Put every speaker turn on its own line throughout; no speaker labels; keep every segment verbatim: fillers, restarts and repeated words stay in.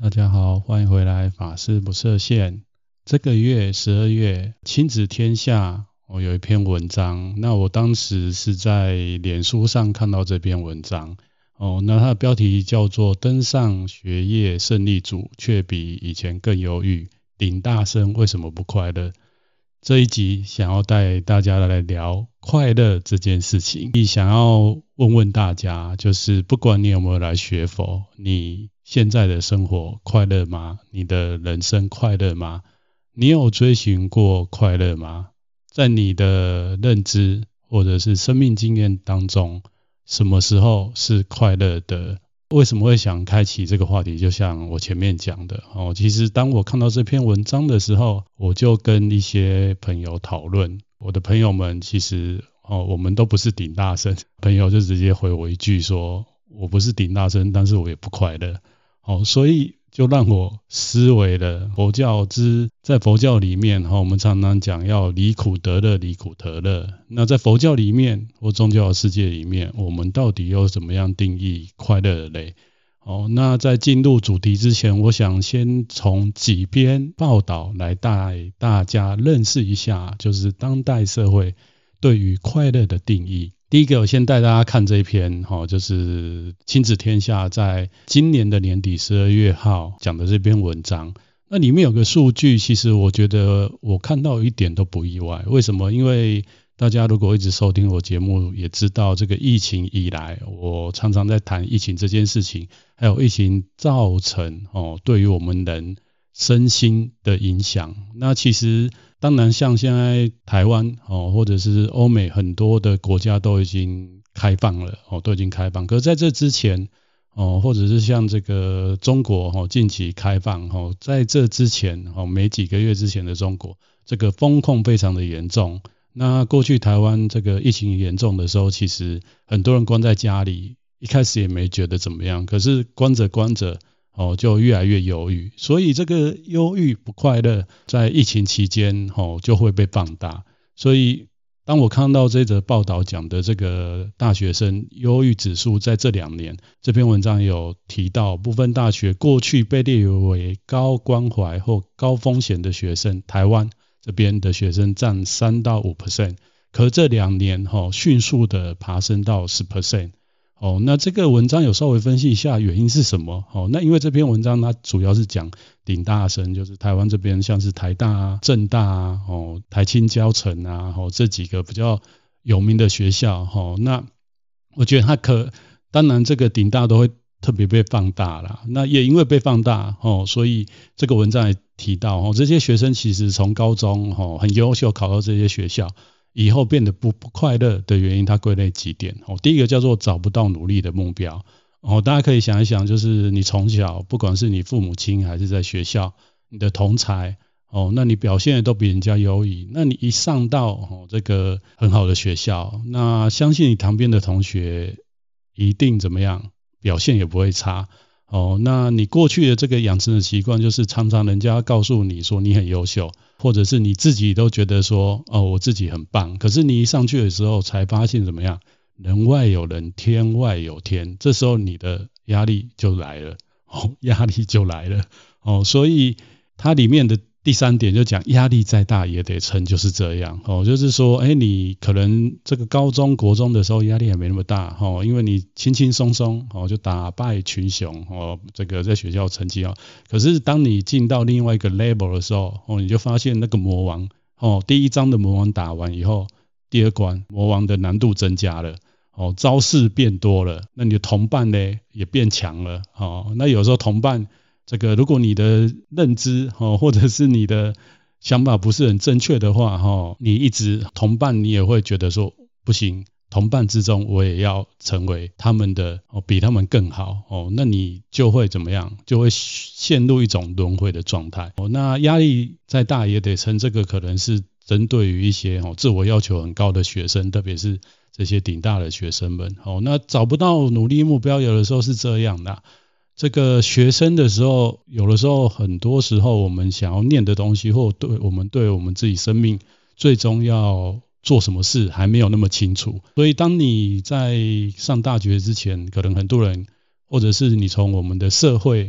大家好，欢迎回来法师不设限。这个月十二月亲子天下我有一篇文章，那我当时是在脸书上看到这篇文章哦，那它的标题叫做登上学业胜利组却比以前更忧郁，顶大生为什么不快乐。这一集想要带大家来聊快乐这件事情，想要问问大家，就是不管你有没有来学佛，你现在的生活快乐吗？你的人生快乐吗？你有追寻过快乐吗？在你的认知或者是生命经验当中，什么时候是快乐的？为什么会想开启这个话题？就像我前面讲的哦，其实当我看到这篇文章的时候，我就跟一些朋友讨论。我的朋友们其实哦，我们都不是顶大生，朋友就直接回我一句说，我不是顶大生，但是我也不快乐。哦，所以就让我思维了佛教之，在佛教里面，哦，我们常常讲要离苦得乐，离苦得乐。那在佛教里面或宗教的世界里面，我们到底又怎么样定义快乐的嘞？哦，那在进入主题之前，我想先从几篇报道来带大家认识一下，就是当代社会对于快乐的定义。第一个，我先带大家看这一篇，哦，就是亲子天下在今年的年底十二月号讲的这篇文章。那里面有个数据，其实我觉得我看到一点都不意外。为什么？因为大家如果一直收听我节目，也知道这个疫情以来，我常常在谈疫情这件事情，还有疫情造成哦对于我们人身心的影响。那其实当然像现在台湾哦，或者是欧美很多的国家都已经开放了哦，都已经开放。可是在这之前哦，或者是像这个中国哦近期开放哦，在这之前哦没几个月之前的中国，这个风控非常的严重。那过去台湾这个疫情严重的时候，其实很多人关在家里，一开始也没觉得怎么样，可是关着关着哦，就越来越忧郁，所以这个忧郁不快乐在疫情期间哦就会被放大。所以当我看到这则报道讲的这个大学生忧郁指数在这两年，这篇文章有提到部分大学过去被列为高关怀或高风险的学生，台湾这边的学生占三到五 percent， 可这两年哦迅速的爬升到 百分之十。哦，那这个文章有稍微分析一下原因是什么？哦，那因为这篇文章它主要是讲顶大生，就是台湾这边像是台大啊、政大啊、哦、台清交成啊、哦这几个比较有名的学校。哦，那我觉得它可，当然这个顶大都会特别被放大啦。那也因为被放大，哦，所以这个文章也提到，哦，这些学生其实从高中哦很优秀考到这些学校。以后变得不不快乐的原因，它归类几点哦。第一个叫做找不到努力的目标哦，大家可以想一想，就是你从小不管是你父母亲还是在学校，你的同侪哦，那你表现的都比人家优异，那你一上到哦这个很好的学校，那相信你旁边的同学一定怎么样，表现也不会差。哦，那你过去的这个养成的习惯，就是常常人家告诉你说你很优秀，或者是你自己都觉得说，哦，我自己很棒，可是你一上去的时候才发现怎么样，人外有人，天外有天，这时候你的压力就来了，哦，压力就来了，哦，所以它里面的第三点就讲压力再大也得撑，就是这样哦，就是说，哎，你可能这个高中国中的时候压力还没那么大哦，因为你轻轻松松哦就打败群雄哦，这个在学校成绩哦，可是当你进到另外一个 level 的时候哦，你就发现那个魔王哦，第一章的魔王打完以后，第二关魔王的难度增加了。哦，招式变多了，那你的同伴呢也变强了哦，那有时候同伴这个如果你的认知哦，或者是你的想法不是很正确的话哦，你一直同伴你也会觉得说不行，同伴之中我也要成为他们的哦，比他们更好哦，那你就会怎么样？就会陷入一种轮回的状态哦。那压力再大也得撑，这个可能是针对于一些哦自我要求很高的学生，特别是这些顶大的学生们哦。那找不到努力目标，有的时候是这样的。这个学生的时候，有的时候很多时候我们想要念的东西，或对我们对我们自己生命最终要做什么事还没有那么清楚。所以当你在上大学之前，可能很多人或者是你从我们的社会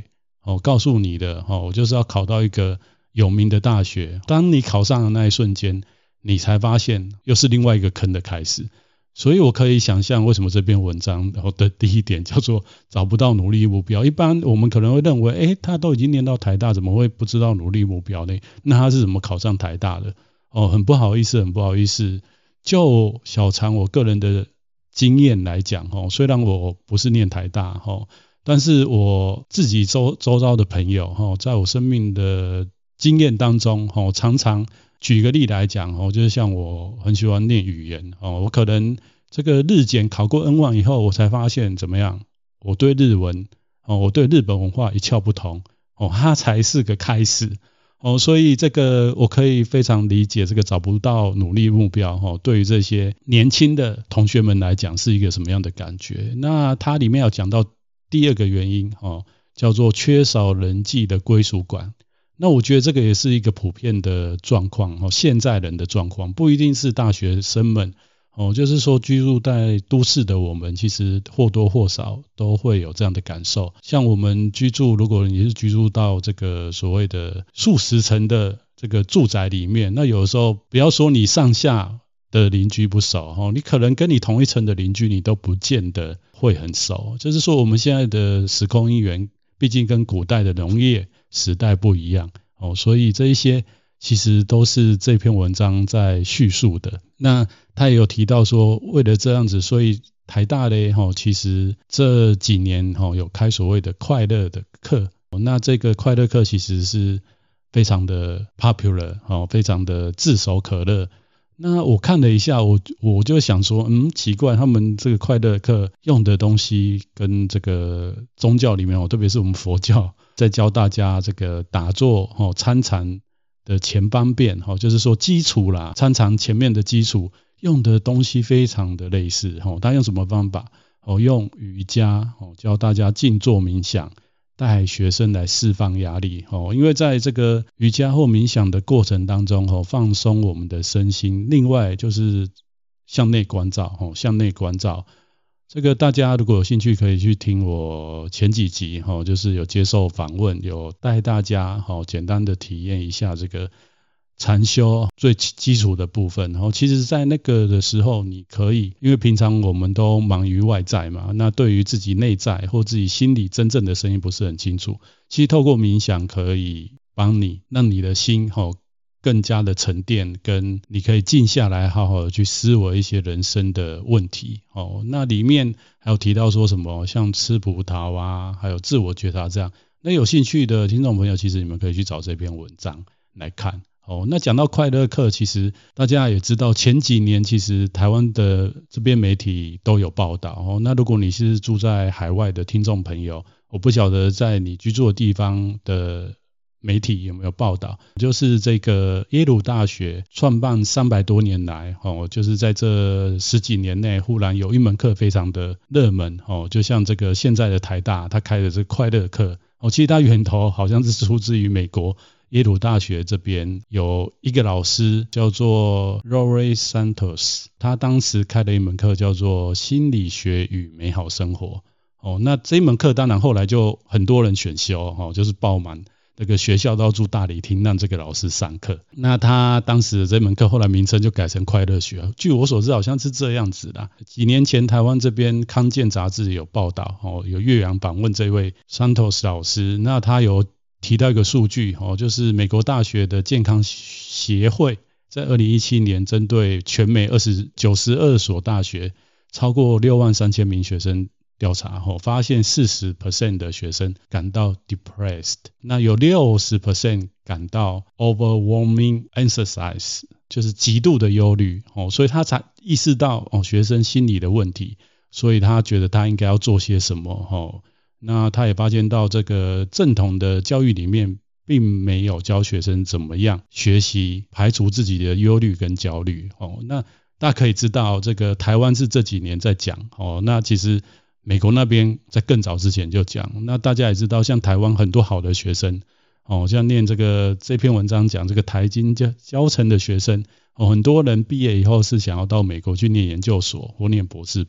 哦告诉你的哦，我就是要考到一个有名的大学。当你考上的那一瞬间，你才发现又是另外一个坑的开始。所以我可以想象为什么这篇文章的第一点叫做找不到努力目标。一般我们可能会认为，诶，他都已经念到台大，怎么会不知道努力目标呢？那他是怎么考上台大的？哦，很不好意思，很不好意思。就小常我个人的经验来讲，哦，虽然我不是念台大，哦，但是我自己周周遭的朋友，哦，在我生命的经验当中，哦，常常举个例来讲，哦，就是像我很喜欢念语言，哦，我可能这个日检考过 N 一 以后，我才发现怎么样，我对日文，哦，我对日本文化一窍不通，哦，它才是个开始。哦，所以这个我可以非常理解这个找不到努力目标，哦，对于这些年轻的同学们来讲是一个什么样的感觉。那它里面有讲到第二个原因，哦，叫做缺少人际的归属感。那我觉得这个也是一个普遍的状况，哦，现在人的状况，不一定是大学生们，哦，就是说居住在都市的我们，其实或多或少都会有这样的感受。像我们居住，如果你是居住到这个所谓的数十层的这个住宅里面，那有时候不要说你上下的邻居不熟，哦，你可能跟你同一层的邻居你都不见得会很熟。就是说我们现在的时空因缘，毕竟跟古代的农业时代不一样，哦，所以这一些其实都是这篇文章在叙述的。那他也有提到说，为了这样子，所以台大咧，其实这几年有开所谓的快乐的课，那这个快乐课其实是非常的 popular， 非常的炙手可热。那我看了一下，我我就想说，嗯，奇怪，他们这个快乐课用的东西跟这个宗教里面，特别是我们佛教在教大家这个打坐哦参禅的前方便，就是说基础啦，参禅前面的基础用的东西非常的类似。他用什么方法？用瑜伽教大家静坐冥想，带学生来释放压力。因为在这个瑜伽或冥想的过程当中，放松我们的身心。另外就是向内关照，向内关照。这个大家如果有兴趣可以去听我前几集，就是有接受访问，有带大家简单的体验一下这个禅修最基础的部分。然后其实在那个的时候，你可以，因为平常我们都忙于外在嘛，那对于自己内在或自己心里真正的声音不是很清楚，其实透过冥想可以帮你让你的心更加的沉淀，跟你可以静下来好好的去思维一些人生的问题。哦，那里面还有提到说什么像吃葡萄啊，还有自我觉察这样。那有兴趣的听众朋友，其实你们可以去找这篇文章来看。哦，那讲到快乐课，其实大家也知道前几年其实台湾的这边媒体都有报道。哦，那如果你是住在海外的听众朋友，我不晓得在你居住的地方的媒体有没有报道，就是这个耶鲁大学创办三百多年来，哦，就是在这十几年内忽然有一门课非常的热门，哦，就像这个现在的台大他开的这个快乐课，哦，其实它源头好像是出自于美国耶鲁大学这边有一个老师叫做 Rory Santos， 他当时开了一门课叫做心理学与美好生活。哦，那这一门课当然后来就很多人选修，哦，就是爆满这个学校都要住大礼厅让这个老师上课。那他当时的这门课后来名称就改成快乐学，据我所知好像是这样子的。几年前台湾这边康健杂志有报道，哦，有岳阳访问这位 Santos 老师，那他有提到一个数据，哦，就是美国大学的健康协会在二零一七年针对全美九十二所大学超过六万三千名学生调查后，发现 百分之四十 的学生感到 depressed， 那有 百分之六十 感到 overwhelming anxiety， 就是极度的忧虑，哦，所以他才意识到，哦，学生心理的问题，所以他觉得他应该要做些什么。哦，那他也发现到这个正统的教育里面并没有教学生怎么样学习排除自己的忧虑跟焦虑。哦，那大家可以知道这个台湾是这几年在讲，哦，那其实美国那边在更早之前就讲。那大家也知道像台湾很多好的学生，哦，像念这个这篇文章讲这个台经教教程的学生，哦，很多人毕业以后是想要到美国去念研究所或念博士班。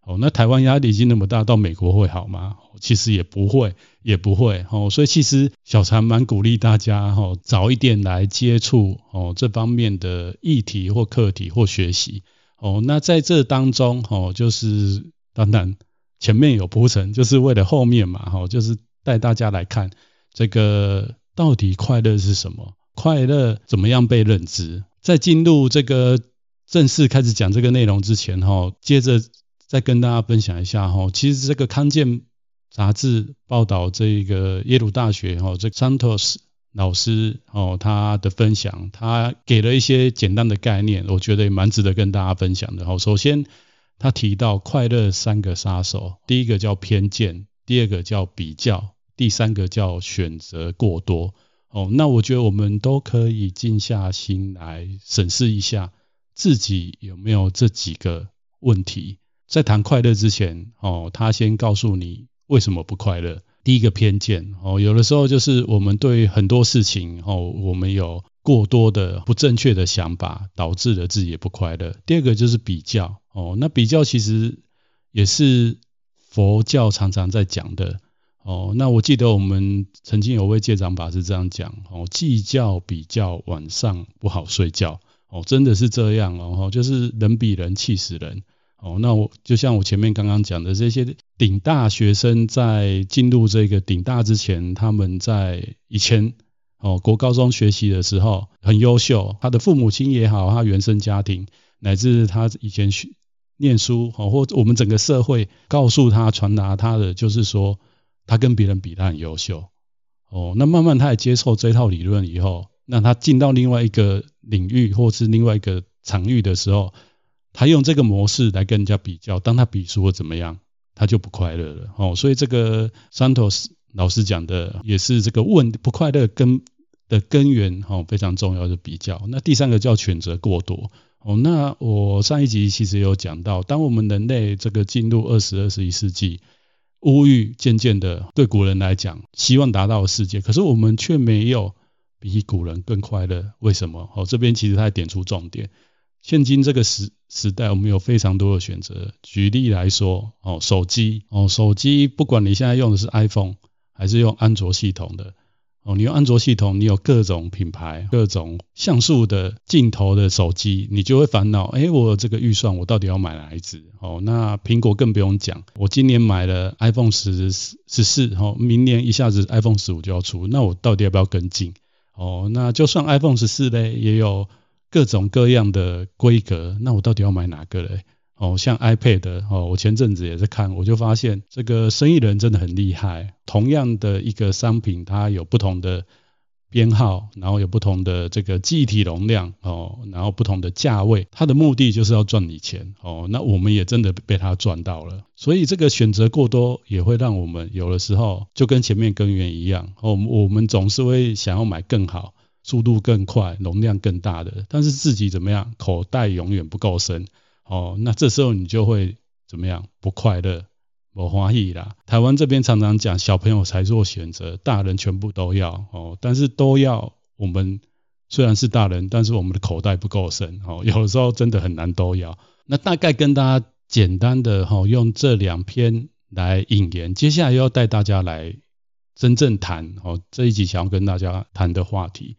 哦，那台湾压力已经那么大，到美国会好吗？其实也不会，也不会。哦，所以其实小禅蛮鼓励大家哦，早一点来接触哦这方面的议题或课题或学习。哦，那在这当中哦，就是当然前面有铺陈，就是为了后面嘛，哦，就是带大家来看这个到底快乐是什么，快乐怎么样被认知。在进入这个正式开始讲这个内容之前，哦，接着再跟大家分享一下哈，其实这个康健杂志报道这个耶鲁大学哈，这 Santos 老师哦他的分享，他给了一些简单的概念，我觉得也蛮值得跟大家分享的哈。首先他提到快乐三个杀手，第一个叫偏见，第二个叫比较，第三个叫选择过多。哦，那我觉得我们都可以静下心来审视一下自己有没有这几个问题。在谈快乐之前，哦，他先告诉你为什么不快乐。第一个偏见，哦，有的时候就是我们对很多事情，哦，我们有过多的不正确的想法，导致了自己也不快乐。第二个就是比较，哦，那比较其实也是佛教常常在讲的。哦，那我记得我们曾经有位戒长法师这样讲，哦，计较比较晚上不好睡觉。哦，真的是这样哦，就是人比人气死人。哦，那我就像我前面刚刚讲的，这些顶大学生在进入这个顶大之前，他们在以前哦国高中学习的时候很优秀，他的父母亲也好，他原生家庭乃至他以前学念书哦，或我们整个社会告诉他传达他的就是说，他跟别人比他很优秀。哦，那慢慢他也接受这套理论以后，那他进到另外一个领域或是另外一个场域的时候，他用这个模式来跟人家比较，当他比输了怎么样，他就不快乐了。哦，所以这个 Santos 老师讲的也是这个问不快乐根的根源，哦，非常重要的比较。那第三个叫选择过多。哦，那我上一集其实有讲到，当我们人类这个进入二十、二十一世纪，物欲渐渐的对古人来讲，希望达到的世界，可是我们却没有比古人更快乐。为什么？哦，这边其实他点出重点。现今这个时时代，我们有非常多的选择。举例来说，哦，手机，哦，手机不管你现在用的是 iPhone 还是用安卓系统的，哦，你用安卓系统，你有各种品牌、各种像素的镜头的手机，你就会烦恼，哎，我有这个预算，我到底要买哪一支？哦，那苹果更不用讲，我今年买了 iPhone 十四，哦，明年一下子 iPhone 十五就要出，那我到底要不要跟进？哦，那就算 iPhone 十四嘞，也有各种各样的规格，那我到底要买哪个嘞？哦，像 iPad， 哦，我前阵子也在看，我就发现这个生意人真的很厉害。同样的一个商品，它有不同的编号，然后有不同的这个记忆体容量，哦，然后不同的价位，它的目的就是要赚你钱。哦，那我们也真的被它赚到了。所以这个选择过多，也会让我们有的时候就跟前面根源一样，哦，我们总是会想要买更好，速度更快，容量更大的，但是自己怎么样，口袋永远不够深。哦，那这时候你就会怎么样，不快乐，不欢喜啦。台湾这边常常讲小朋友才做选择，大人全部都要。哦，但是都要，我们虽然是大人，但是我们的口袋不够深。哦，有的时候真的很难都要。那大概跟大家简单的，哦，用这两篇来引言，接下来要带大家来真正谈，哦，这一集想要跟大家谈的话题。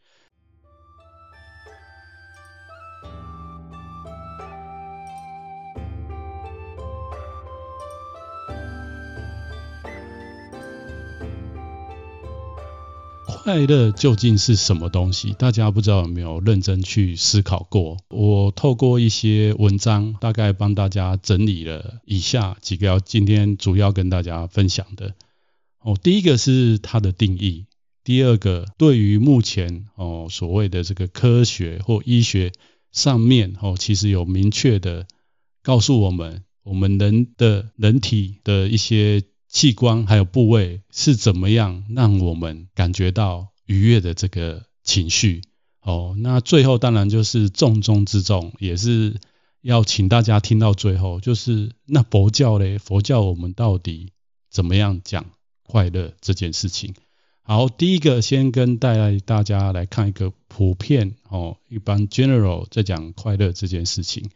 快乐究竟是什么东西？大家不知道有没有认真去思考过？我透过一些文章，大概帮大家整理了以下几个要今天主要跟大家分享的。哦，第一个是它的定义，第二个对于目前哦所谓的这个科学或医学上面哦，其实有明确的告诉我们，我们人的人体的一些器官还有部位是怎么样让我们感觉到愉悦的这个情绪。哦，那最后当然就是重中之重，也是要请大家听到最后，就是那佛教嘞，佛教我们到底怎么样讲快乐这件事情。好，第一个先跟带大家来看一个普遍，哦，一般 general 在讲快乐这件事情。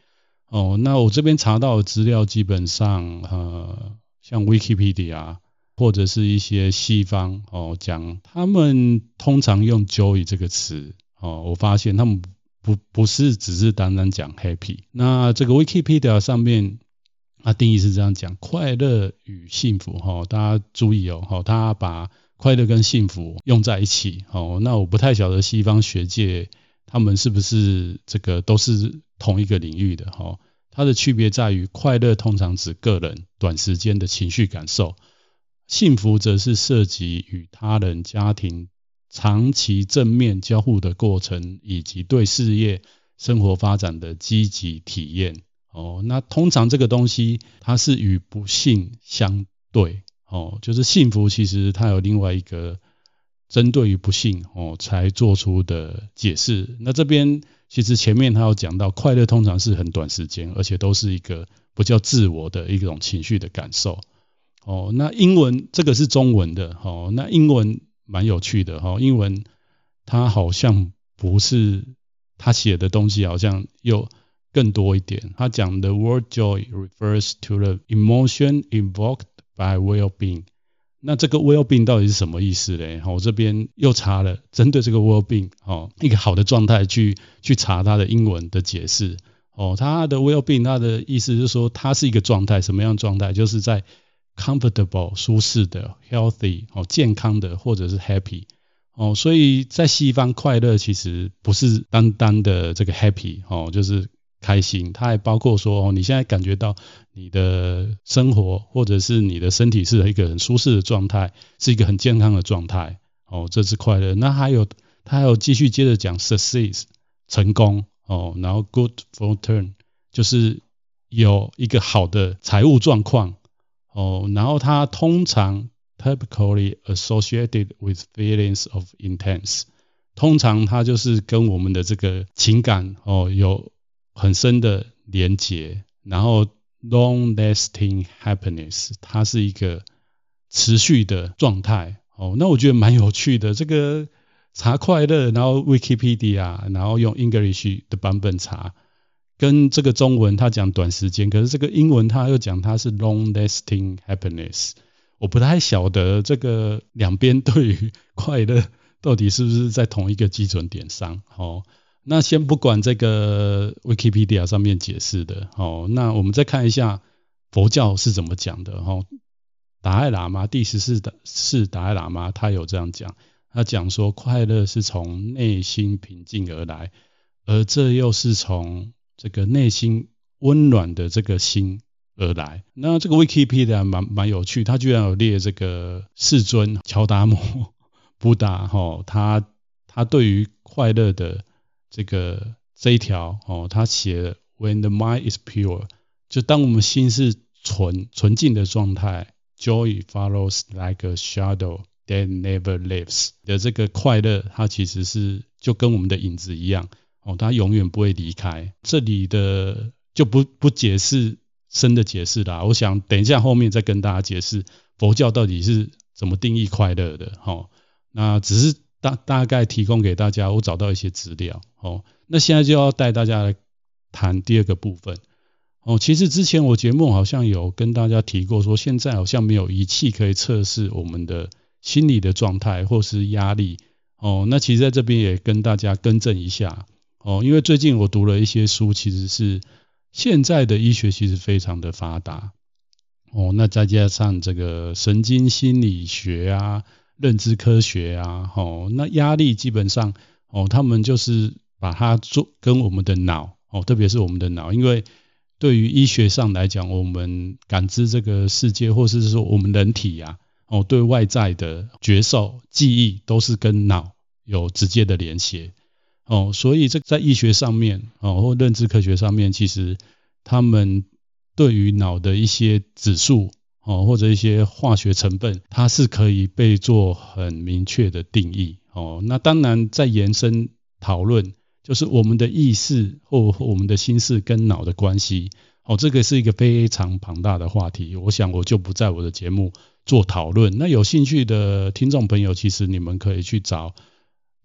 哦，那我这边查到的资料基本上，呃，像 Wikipedia 或者是一些西方哦讲，他们通常用 joy 这个词哦，我发现他们不不是只是单单讲 happy。那这个 Wikipedia 上面，它定义是这样讲：快乐与幸福。哈、哦，大家注意哦，哈、哦，他把快乐跟幸福用在一起。哦，那我不太晓得西方学界他们是不是这个都是同一个领域的哈、哦？它的区别在于，快乐通常指个人短时间的情绪感受，幸福则是涉及与他人、家庭长期正面交互的过程，以及对事业、生活发展的积极体验。哦，那通常这个东西它是与不幸相对。哦，就是幸福其实它有另外一个针对于不幸哦才做出的解释。那这边其实前面他有讲到，快乐通常是很短时间，而且都是一个不叫自我的一种情绪的感受。哦，那英文这个是中文的。哦，那英文蛮有趣的。哦，英文它好像不是，他写的东西好像又更多一点。他讲的 word joy refers to the emotion invoked by well-being。那这个 well-being 到底是什么意思嘞？我这边又查了，针对这个 well-being 哦，一个好的状态去去查它的英文的解释。哦，它的 well-being 它的意思就是说，它是一个状态，什么样的状态？就是在 comfortable 舒适的 healthy 哦健康的或者是 happy 哦，所以在西方快乐其实不是单单的这个 happy 哦，就是开心，它还包括说哦，你现在感觉到你的生活或者是你的身体是一个很舒适的状态，是一个很健康的状态哦，这是快乐。那还有他还有继续接着讲 success 成功哦，然后 good fortune 就是有一个好的财务状况哦，然后它通常 typically associated with feelings of intense， 通常它就是跟我们的这个情感哦有很深的连结，然后 long lasting happiness 它是一个持续的状态哦，那我觉得蛮有趣的。这个查快乐，然后 Wikipedia， 然后用 English 的版本查，跟这个中文他讲短时间，可是这个英文他又讲它是 long lasting happiness， 我不太晓得这个两边对于快乐到底是不是在同一个基准点上。哦，那先不管这个 Wikipedia 上面解释的。哦，那我们再看一下佛教是怎么讲的。哦，达赖喇嘛第十四世达赖喇嘛他有这样讲，他讲说快乐是从内心平静而来，而这又是从这个内心温暖的这个心而来。那这个 Wikipedia 蛮蛮有趣，他居然有列这个世尊乔达摩布达，哦，他他对于快乐的这个这一条，哦，他写了 When the mind is pure， 就当我们心是纯纯净的状态， Joy follows like a shadow that never leaves 的这个快乐，它其实是就跟我们的影子一样。哦，它永远不会离开。这里的就不不解释深的解释啦，我想等一下后面再跟大家解释佛教到底是怎么定义快乐的。哦，那只是大大概提供给大家，我找到一些资料。哦，那现在就要带大家来谈第二个部分。哦，其实之前我节目好像有跟大家提过，说现在好像没有仪器可以测试我们的心理的状态或是压力。哦，那其实在这边也跟大家更正一下。哦，因为最近我读了一些书，其实是现在的医学其实非常的发达。哦，那再加上这个神经心理学啊、认知科学啊，哦，那压力基本上，哦，他们就是把它做跟我们的脑，哦，特别是我们的脑，因为对于医学上来讲，我们感知这个世界，或是说我们人体啊，哦，对外在的觉受、记忆都是跟脑有直接的连结。哦，所以这在医学上面，哦，或认知科学上面，其实他们对于脑的一些指数，哦，或者一些化学成分，它是可以被做很明确的定义。哦，那当然再延伸讨论，就是我们的意识或我们的心事跟脑的关系。哦，这个是一个非常庞大的话题，我想我就不在我的节目做讨论。那有兴趣的听众朋友，其实你们可以去找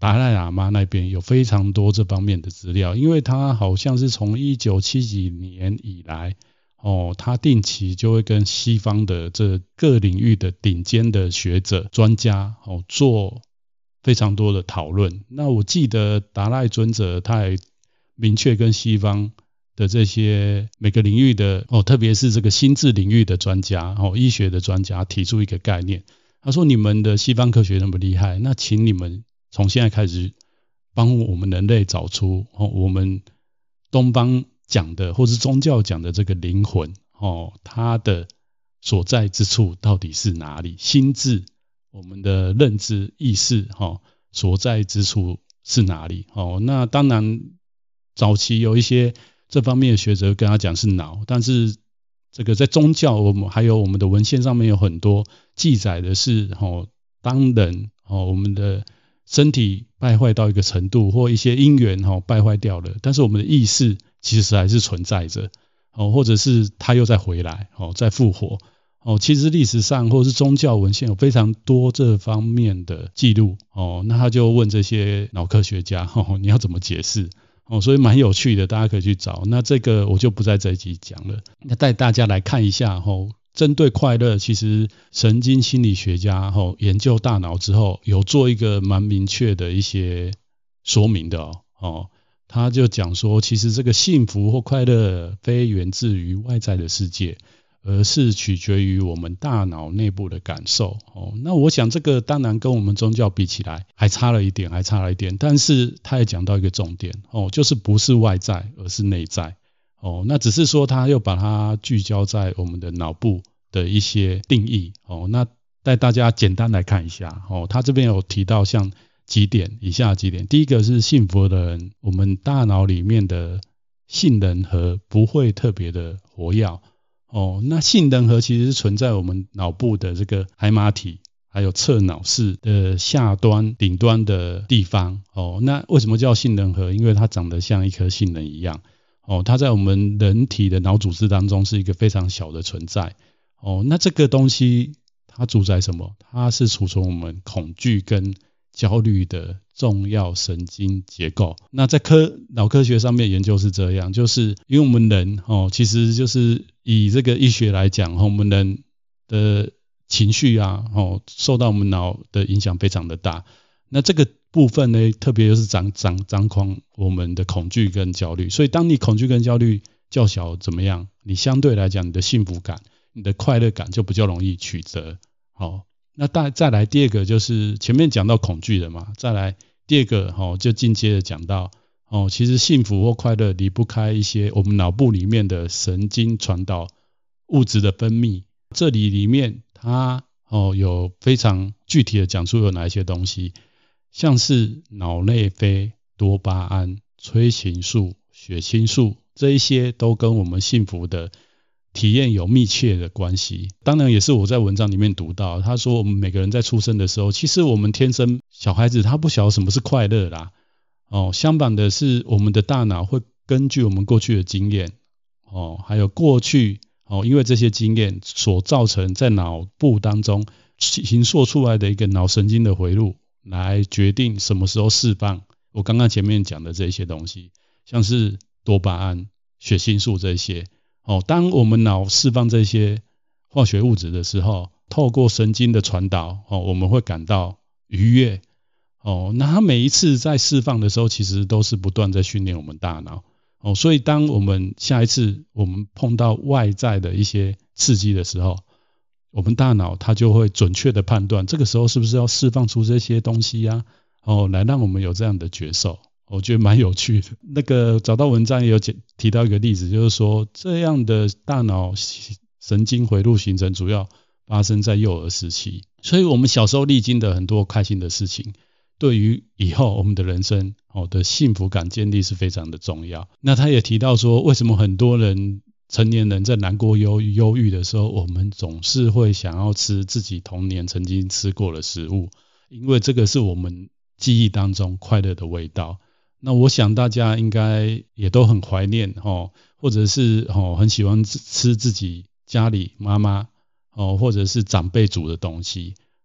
达赖喇嘛那边有非常多这方面的资料，因为他好像是从一九七几年以来，哦，他定期就会跟西方的这各领域的顶尖的学者专家哦做非常多的讨论。那我记得达赖尊者他也明确跟西方的这些每个领域的哦，特别是这个心智领域的专家哦，医学的专家提出一个概念，他说你们的西方科学那么厉害，那请你们从现在开始帮我们人类找出哦，我们东方讲的或是宗教讲的这个灵魂哦，它的所在之处到底是哪里？心智，我们的认知意识哦，所在之处是哪里？哦，那当然早期有一些这方面的学者跟他讲是脑，但是这个在宗教我们还有我们的文献上面有很多记载的是哦，当人哦我们的身体败坏到一个程度，或一些因缘哦败坏掉了，但是我们的意识其实还是存在着哦，或者是他又再回来哦，再复活哦。其实历史上或是宗教文献有非常多这方面的记录哦。那他就问这些脑科学家哦，你要怎么解释？哦，所以蛮有趣的，大家可以去找。那这个我就不在这一集讲了。那带大家来看一下哦，针对快乐，其实神经心理学家哦研究大脑之后，有做一个蛮明确的一些说明的哦。哦，他就讲说，其实这个幸福或快乐非源自于外在的世界，而是取决于我们大脑内部的感受哦。那我想这个当然跟我们宗教比起来还差了一点，还差了一点。但是他也讲到一个重点哦，就是不是外在，而是内在哦。那只是说他又把它聚焦在我们的脑部的一些定义哦。那带大家简单来看一下哦。他这边有提到像几点，以下几点。第一个是幸福的人，我们大脑里面的杏仁核不会特别的活跃。哦，那杏仁核其实是存在我们脑部的这个海马体，还有侧脑室的下端、顶端的地方。哦，那为什么叫杏仁核？因为它长得像一颗杏仁一样。哦，它在我们人体的脑组织当中是一个非常小的存在。哦，那这个东西它主宰什么？它是储存我们恐惧跟焦虑的重要神经结构。那在科脑科学上面研究是这样，就是因为我们人哦，其实就是以这个医学来讲，我们人的情绪啊，哦，受到我们脑的影响非常的大。那这个部分呢，特别就是掌掌掌控我们的恐惧跟焦虑。所以当你恐惧跟焦虑较小，怎么样？你相对来讲，你的幸福感、你的快乐感就比较容易取得。好。那再再来第二个就是前面讲到恐惧的嘛，再来第二个哦，就进阶的讲到哦，其实幸福或快乐离不开一些我们脑部里面的神经传导物质的分泌。这里里面它哦有非常具体的讲出有哪一些东西，像是脑内啡、多巴胺、催情素、血清素，这一些都跟我们幸福的体验有密切的关系。当然也是我在文章里面读到，他说我们每个人在出生的时候，其实我们天生小孩子他不晓得什么是快乐啦。哦，相反的是我们的大脑会根据我们过去的经验，哦，还有过去哦，因为这些经验所造成在脑部当中形塑出来的一个脑神经的回路，来决定什么时候释放我刚刚前面讲的这些东西，像是多巴胺、血清素这些。哦，当我们脑释放这些化学物质的时候，透过神经的传导，哦，我们会感到愉悦。哦，那它每一次在释放的时候，其实都是不断在训练我们大脑。哦，所以当我们下一次我们碰到外在的一些刺激的时候，我们大脑它就会准确的判断，这个时候是不是要释放出这些东西啊？哦，来让我们有这样的觉受。我觉得蛮有趣的。那个找到文章也有提到一个例子，就是说这样的大脑神经回路形成主要发生在幼儿时期，所以我们小时候历经的很多开心的事情，对于以后我们的人生哦的幸福感建立是非常的重要。那他也提到说，为什么很多人成年人在难过忧郁忧郁的时候，我们总是会想要吃自己童年曾经吃过的食物，因为这个是我们记忆当中快乐的味道。那我想大家应该也都很怀念哦，或者是哦很喜欢吃自己家里妈妈哦或者是长辈煮的东西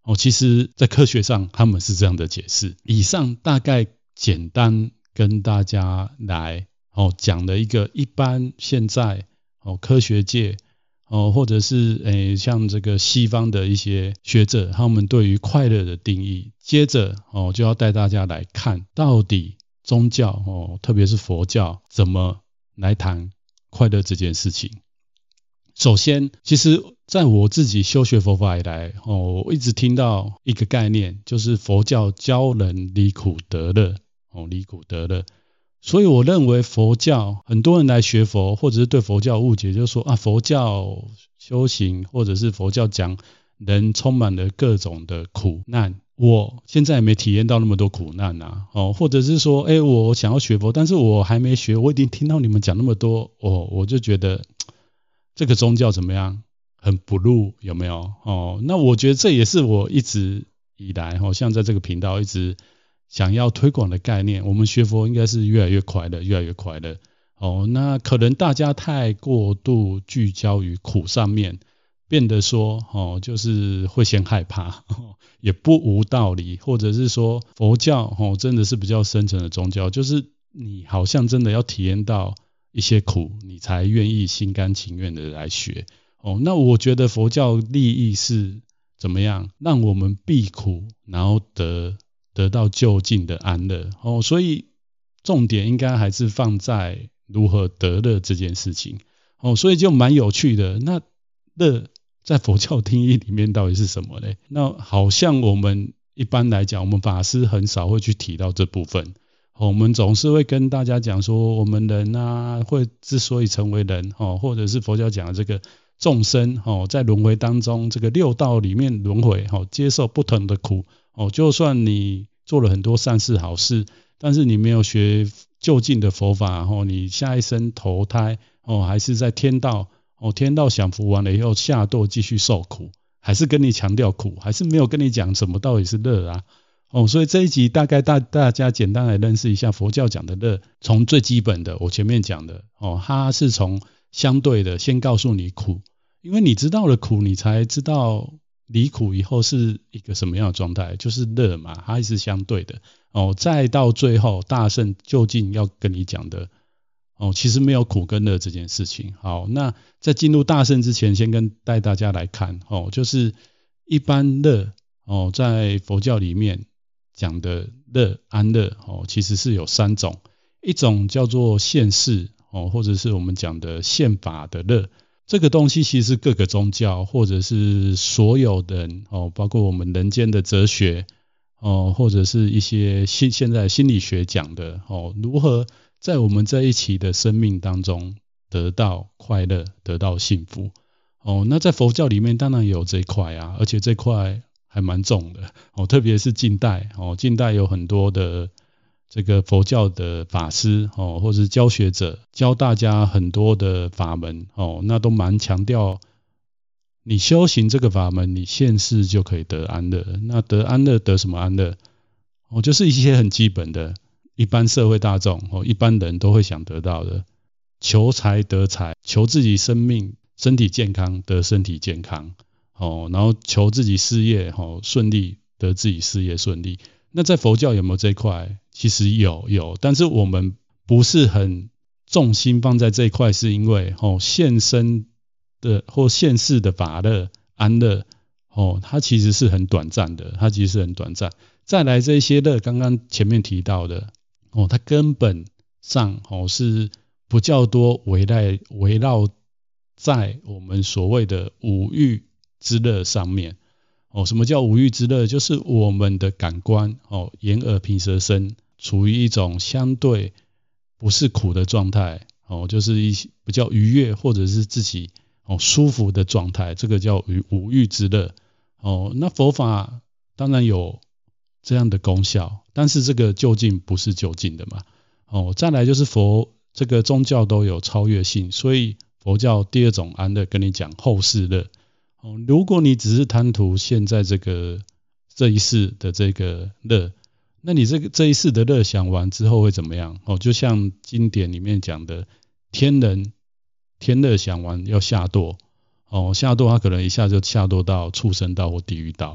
哦，其实在科学上他们是这样的解释。以上大概简单跟大家来哦讲了一个一般现在哦科学界哦或者是诶像这个西方的一些学者他们对于快乐的定义。接着哦就要带大家来看到底宗教哦特别是佛教怎么来谈快乐这件事情。首先，其实在我自己修学佛法以来，哦，我一直听到一个概念，就是佛教教人离苦得乐，哦，离苦得乐。所以我认为佛教很多人来学佛，或者是对佛教误解，就是说啊，佛教修行或者是佛教讲人充满了各种的苦难。我现在也没体验到那么多苦难啊，哦，或者是说，哎，我想要学佛，但是我还没学，我已经听到你们讲那么多，哦，我就觉得。这个宗教怎么样？很不入，有没有？哦，那我觉得这也是我一直以来，哦，像在这个频道一直想要推广的概念。我们学佛应该是越来越快乐，越来越快乐。哦，那可能大家太过度聚焦于苦上面，变得说，哦，就是会先害怕，哦，也不无道理，或者是说佛教，哦，真的是比较深层的宗教，就是你好像真的要体验到。一些苦，你才愿意心甘情愿的来学。哦，那我觉得佛教利益是怎么样，让我们避苦，然后得得到究竟的安乐。哦，所以重点应该还是放在如何得乐这件事情。哦，所以就蛮有趣的。那乐在佛教定义里面到底是什么呢？那好像我们一般来讲，我们法师很少会去提到这部分。我们总是会跟大家讲说，我们人啊，会之所以成为人，哦，或者是佛教讲的这个众生，哦，在轮回当中，这个六道里面轮回，哦，接受不同的苦，哦，就算你做了很多善事好事，但是你没有学究竟的佛法，哦，你下一生投胎，哦，还是在天道，哦，天道享福完了以后下堕继续受苦，还是跟你强调苦，还是没有跟你讲什么到底是乐啊？哦，所以这一集大概大大家简单来认识一下佛教讲的乐，从最基本的我前面讲的，哦，它是从相对的先告诉你苦，因为你知道了苦，你才知道离苦以后是一个什么样的状态，就是乐嘛，它是相对的。哦，再到最后大圣究竟要跟你讲的，哦，其实没有苦跟乐这件事情。好，那在进入大圣之前，先跟带大家来看，哦，就是一般乐，哦，在佛教里面。讲的乐安乐哦，其实是有三种，一种叫做现世哦，或者是我们讲的宪法的乐，这个东西其实各个宗教或者是所有人哦，包括我们人间的哲学哦，或者是一些现现在心理学讲的哦，如何在我们这一期的生命当中得到快乐，得到幸福哦，那在佛教里面当然有这一块啊，而且这块。还蛮重的哦，特别是近代哦，近代有很多的这个佛教的法师哦，或者是教学者教大家很多的法门哦，那都蛮强调你修行这个法门，你现世就可以得安乐。那得安乐得什么安乐？哦，就是一些很基本的，一般社会大众哦，一般人都会想得到的，求财得财，求自己生命身体健康得身体健康。哦，然后求自己事业哦顺利，得自己事业顺利。那在佛教有没有这一块？其实有有，但是我们不是很重心放在这一块，是因为哦现身的或现世的法乐安乐哦，它其实是很短暂的，它其实是很短暂。再来这些乐，刚刚前面提到的哦，它根本上哦是不较多围绕围绕在我们所谓的五欲。之乐上面哦，什么叫五欲之乐？就是我们的感官哦，眼耳鼻舌身处于一种相对不是苦的状态哦，就是一些比较愉悦或者是自己哦舒服的状态，这个叫五欲之乐哦。那佛法当然有这样的功效，但是这个究竟不是究竟的嘛哦。再来就是佛这个宗教都有超越性，所以佛教第二种安乐跟你讲后世乐。哦，如果你只是贪图现在这个这一世的这个乐，那你这个这一世的乐享完之后会怎么样？哦，就像经典里面讲的，天人天乐享完要下堕，哦，下堕他可能一下就下堕到畜生道或地狱道，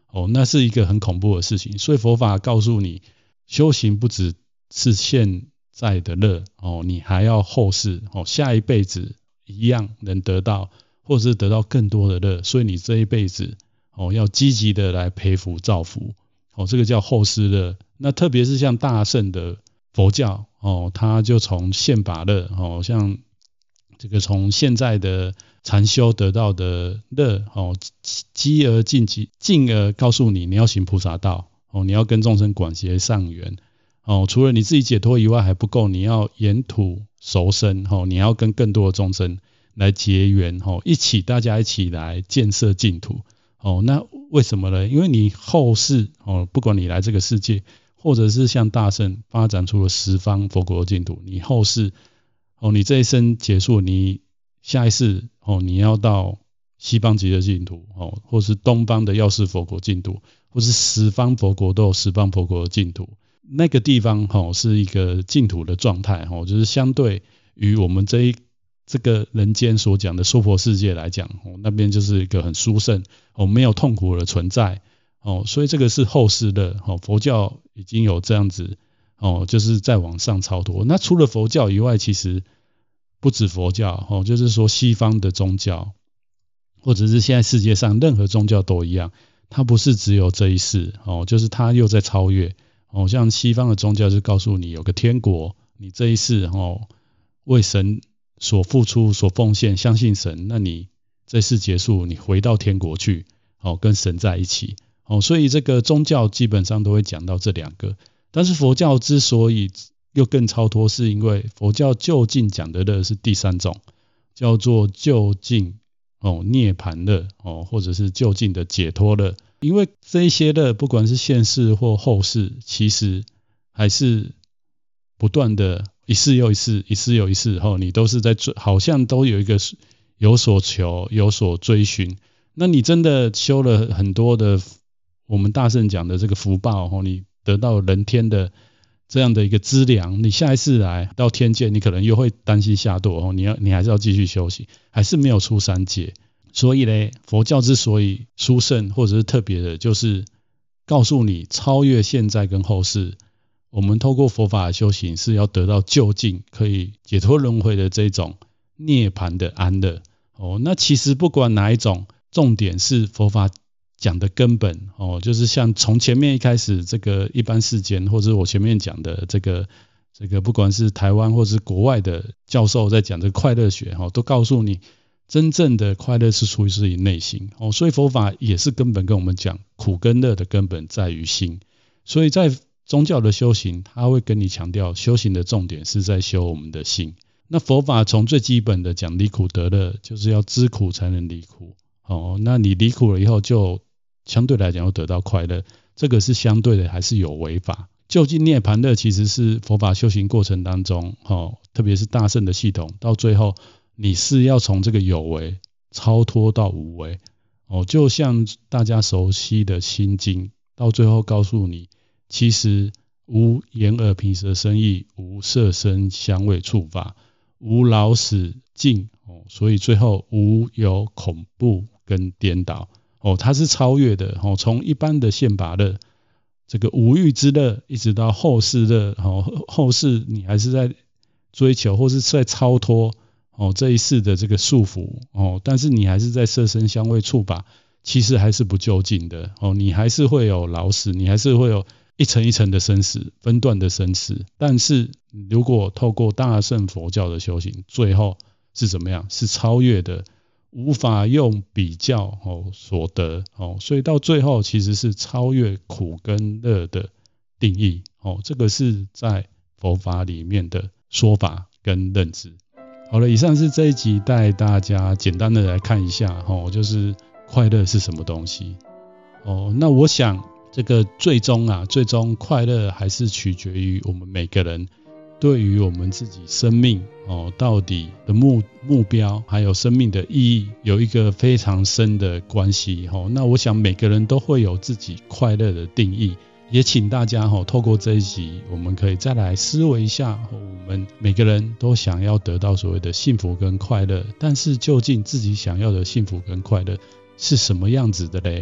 哦，那是一个很恐怖的事情。所以佛法告诉你，修行不只是现在的乐哦，你还要后世哦，下一辈子一样能得到，或者是得到更多的乐。所以你这一辈子哦，要积极的来培福造福哦，这个叫后世乐。那特别是像大乘的佛教哦，它就从现把乐哦，像这个从现在的禅修得到的乐哦，积而进极，进而告诉你你要行菩萨道哦，你要跟众生广结善缘哦，除了你自己解脱以外还不够，你要沿途熟生哦，你要跟更多的众生来结缘哦，一起大家一起来建设净土哦。那为什么呢？因为你后世哦，不管你来这个世界，或者是像大乘发展出了十方佛国净土，你后世哦，你这一生结束，你下一世哦，你要到西方极乐净土哦，或是东方的药师佛国净土，或是十方佛国都有十方佛国的净土，那个地方哦是一个净土的状态哦，就是相对于我们这一这个人间所讲的娑婆世界来讲哦，那边就是一个很殊胜哦，没有痛苦的存在哦，所以这个是后世的哦，佛教已经有这样子哦，就是在往上超脱。那除了佛教以外，其实不止佛教哦，就是说西方的宗教，或者是现在世界上任何宗教都一样，它不是只有这一世哦，就是它又在超越哦。像西方的宗教就告诉你有个天国，你这一世哦为神所付出、所奉献，相信神，那你这世结束，你回到天国去哦，跟神在一起哦。所以这个宗教基本上都会讲到这两个。但是佛教之所以又更超脱，是因为佛教究竟讲的乐是第三种，叫做究竟哦涅槃乐哦，或者是究竟的解脱乐。因为这一些乐，不管是现世或后世，其实还是不断的一世又一世，一世又一世后，你都是在追，好像都有一个有所求、有所追寻。那你真的修了很多的我们大乘讲的这个福报哦，你得到人天的这样的一个资粮，你下一次来到天界，你可能又会担心下堕哦，你要你还是要继续修行，还是没有出三界。所以呢，佛教之所以殊胜或者是特别的，就是告诉你超越现在跟后世，我们透过佛法的修行是要得到究竟可以解脱轮回的这种涅槃的安乐哦。那其实不管哪一种，重点是佛法讲的根本哦，就是像从前面一开始这个一般世间，或者我前面讲的这个这个不管是台湾或是国外的教授在讲这个快乐学哦，都告诉你真正的快乐是出自于内心哦，所以佛法也是根本跟我们讲苦跟乐的根本在于心。所以在宗教的修行，他会跟你强调修行的重点是在修我们的心。那佛法从最基本的讲离苦得乐，就是要知苦才能离苦哦。那你离苦了以后，就相对来讲又得到快乐，这个是相对的还是有违法。究竟涅槃乐其实是佛法修行过程当中哦，特别是大乘的系统，到最后你是要从这个有为超脱到无为哦，就像大家熟悉的心经，到最后告诉你，其实无眼耳鼻舌身意，无色声香味触法，无老死尽哦，所以最后无有恐怖跟颠倒哦，它是超越的哦，从一般的现拔乐，这个五欲之乐，一直到后世乐哦，后世你还是在追求或是在超脱哦这一世的这个束缚哦，但是你还是在色声香味触法，其实还是不究竟的哦，你还是会有老死，你还是会有一层一层的生死，分段的生死。但是如果透过大乘佛教的修行，最后是怎么样？是超越的，无法用比较哦所得哦，所以到最后其实是超越苦跟乐的定义哦，这个是在佛法里面的说法跟认知。好了，以上是这一集带大家简单的来看一下哦，就是快乐是什么东西哦。那我想这个最终啊，最终快乐还是取决于我们每个人对于我们自己生命哦，到底的目目标还有生命的意义有一个非常深的关系哦。那我想每个人都会有自己快乐的定义，也请大家哦，透过这一集，我们可以再来思维一下，哦，我们每个人都想要得到所谓的幸福跟快乐，但是究竟自己想要的幸福跟快乐是什么样子的嘞？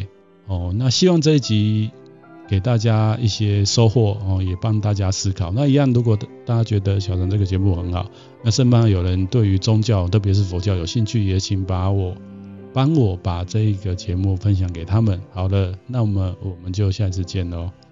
哦。那希望这一集给大家一些收获哦，也帮大家思考。那一样，如果大家觉得小陈这个节目很好，那身旁有人对于宗教，特别是佛教有兴趣，也请把我帮我把这一个节目分享给他们。好了，那我们我们就下次见喽。